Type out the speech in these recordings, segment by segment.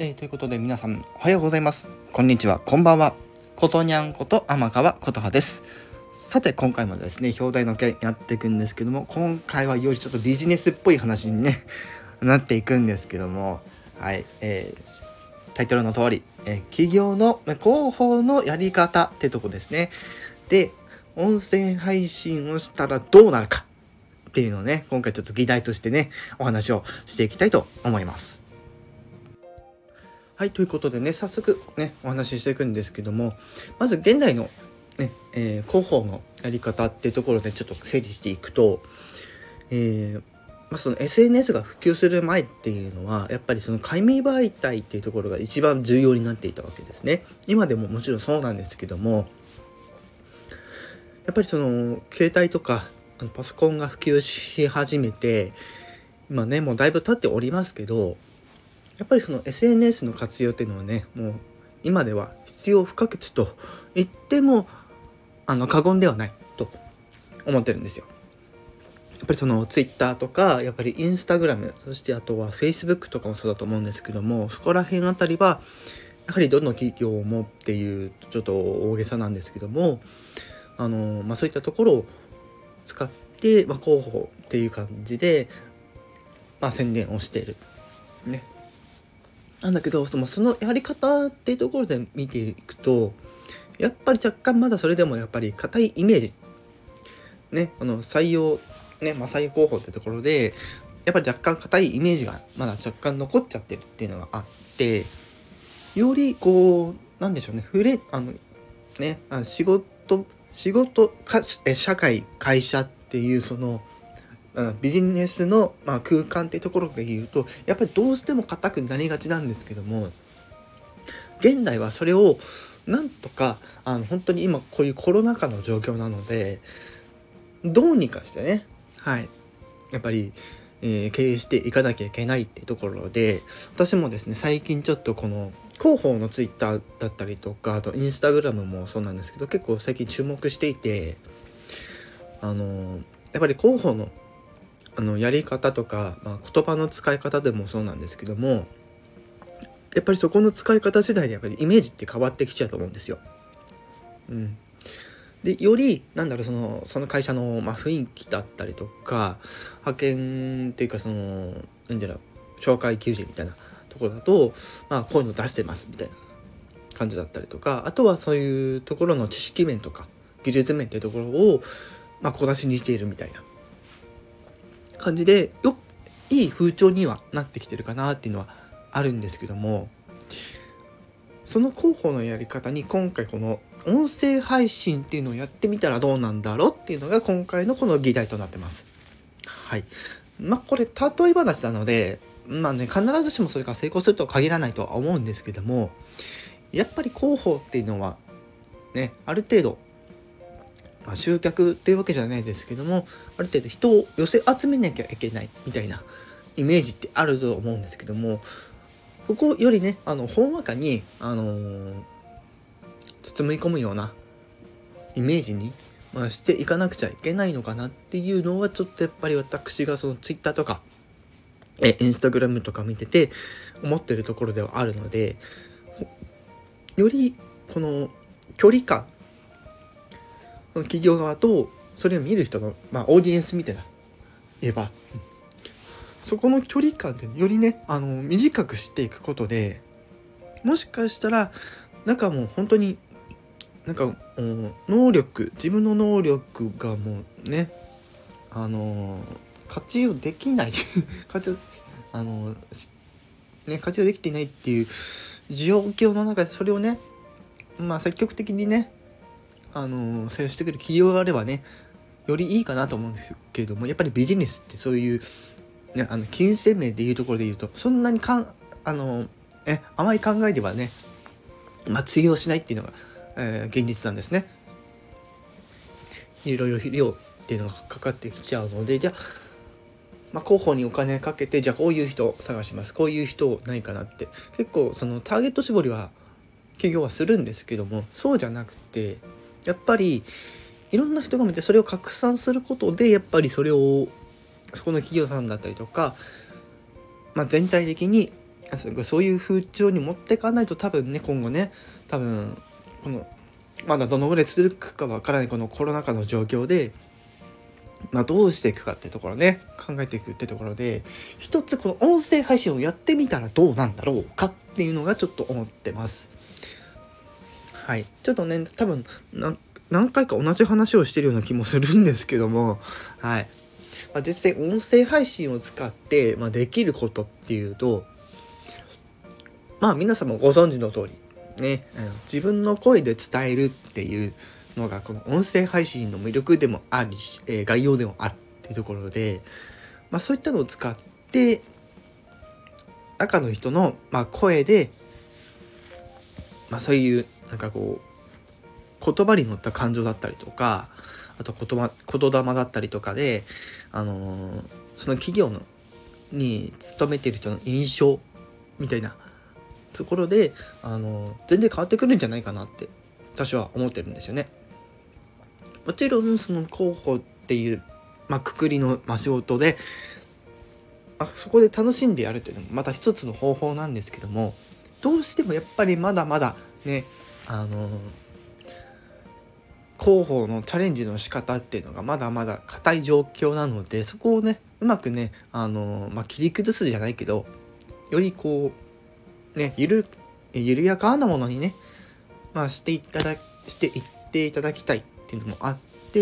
ということで皆さんおはようございます。こんにちは、こんばんは。ことにゃんこと天川琴葉です。さて今回もですね、表題の件やっていくんですけども、今回はよりちょっとビジネスっぽい話にねなっていくんですけども、はい、タイトルの通り、企業の広報のやり方ってとこですね。で、音声配信をしたらどうなるかっていうのをね、今回ちょっと議題としてね、お話をしていきたいと思います。はい、ということでね、早速ね、お話ししていくんですけども、まず現代のね、広報のやり方っていうところでちょっと整理していくと、その SNS が普及する前っていうのは、やっぱりその紙媒体っていうところが一番重要になっていたわけですね。今でももちろんそうなんですけども、やっぱりその携帯とかパソコンが普及し始めて、今ね、もうだいぶ経っておりますけど、やっぱりその SNS の活用っていうのはね、もう今では必要不可欠と言っても過言ではないと思ってるんですよ。やっぱりその Twitter とか、やっぱり Instagram、そしてあとは Facebook とかもそうだと思うんですけども、そこら辺あたりはやはりどの企業もっていうちょっと大げさなんですけども、そういったところを使って、広報っていう感じで、宣伝をしているね。なんだけど、そのやり方っていうところで見ていくと、やっぱり若干まだそれでもやっぱり固いイメージね、採用ね、採用候補ってところでやっぱり若干固いイメージがまだ若干残っちゃってるっていうのがあって、よりこうなんでしょうね、仕事か社会会社っていうそのビジネスの、空間っていうところで言うと、やっぱりどうしても硬くなりがちなんですけども、現代はそれをなんとか本当に今こういうコロナ禍の状況なので、どうにかしてね、はい、やっぱり、経営していかなきゃいけないっていうところで、私もですね、最近ちょっとこの広報のツイッターだったりとか、あとインスタグラムもそうなんですけど、結構最近注目していて、やっぱり広報のやり方とか、言葉の使い方でもそうなんですけども、やっぱりそこの使い方次第でやっぱりイメージって変わってきちゃうと思うんですよ。でよりその会社の、雰囲気だったりとか、派遣っていうか紹介求人みたいなところだと、こういうの出してますみたいな感じだったりとか、あとはそういうところの知識面とか技術面っていうところを小出しにしているみたいな感じでいい風潮にはなってきてるかなっていうのはあるんですけども、その広報のやり方に今回この音声配信っていうのをやってみたらどうなんだろうっていうのが今回のこの議題となってます。はい。これ例え話なので、必ずしもそれが成功するとは限らないとは思うんですけども、やっぱり広報っていうのはね、ある程度、集客っていうわけじゃないですけども、ある程度人を寄せ集めなきゃいけないみたいなイメージってあると思うんですけども、ここよりね、ほんわかに、包み込むようなイメージに、していかなくちゃいけないのかなっていうのは、ちょっとやっぱり私がそのツイッターとかインスタグラムとか見てて思ってるところではあるので、よりこの距離感、企業側とそれを見る人の、オーディエンスみたいな言えば、そこの距離感でよりね、短くしていくことで、もしかしたらもう本当に自分の能力がもうね、活用できない活用できていないっていう状況の中で、それをね、積極的にね、採用してくる企業があればね、よりいいかなと思うんですけれども、やっぱりビジネスってそういうね、金銭面でいうところで言うと、そんなに甘い考えではね、通用しないっていうのが、現実なんですね。いろいろ費用っていうのがかかってきちゃうので、じゃあ、広報にお金かけて、じゃあこういう人を探します、こういう人ないかなって、結構そのターゲット絞りは企業はするんですけども、そうじゃなくて、やっぱりいろんな人が見てそれを拡散することで、やっぱりそれをそこの企業さんだったりとか、全体的にそういう風潮に持っていかないと、多分ね今後ねこのまだどのぐらい続くかわからないこのコロナ禍の状況で、どうしていくかってところね考えていくってところで、一つこの音声配信をやってみたらどうなんだろうかっていうのがちょっと思ってます。はい、ちょっとね多分何回か同じ話をしてるような気もするんですけども、はい、実際音声配信を使って、できることっていうと、皆さんもご存知の通りね、自分の声で伝えるっていうのがこの音声配信の魅力でもあり、概要でもあるっていうところで、そういったのを使って中の人の、声で、そういう言葉に乗った感情だったりとか、あと言霊だったりとかで、その企業に勤めている人の印象みたいなところで全然変わってくるんじゃないかなって私は思ってるんですよね。もちろんその広報っていう、くくりの、仕事で、そこで楽しんでやるっていうのもまた一つの方法なんですけども、どうしてもやっぱりまだまだね広報のチャレンジの仕方っていうのがまだまだ硬い状況なので、そこをねうまくね切り崩すじゃないけど、よりゆるやかなものにね、していっていただきたいっていうのもあって、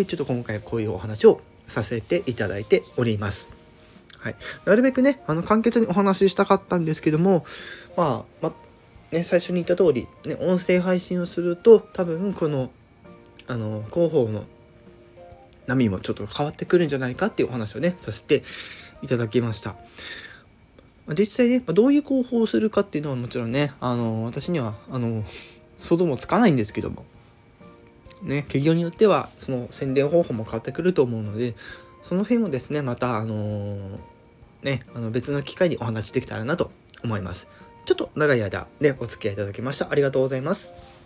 ちょっと今回こういうお話をさせていただいております。はい、なるべくね簡潔にお話ししたかったんですけども、最初に言った通り、音声配信をすると多分この広報の波もちょっと変わってくるんじゃないかっていうお話をねさせていただきました。実際ねどういう広報をするかっていうのはもちろんね私には想像もつかないんですけどもね、企業によってはその宣伝方法も変わってくると思うので、その辺もですねまた別の機会にお話しできたらなと思います。ちょっと長い間ねお付き合いいただきました。ありがとうございます。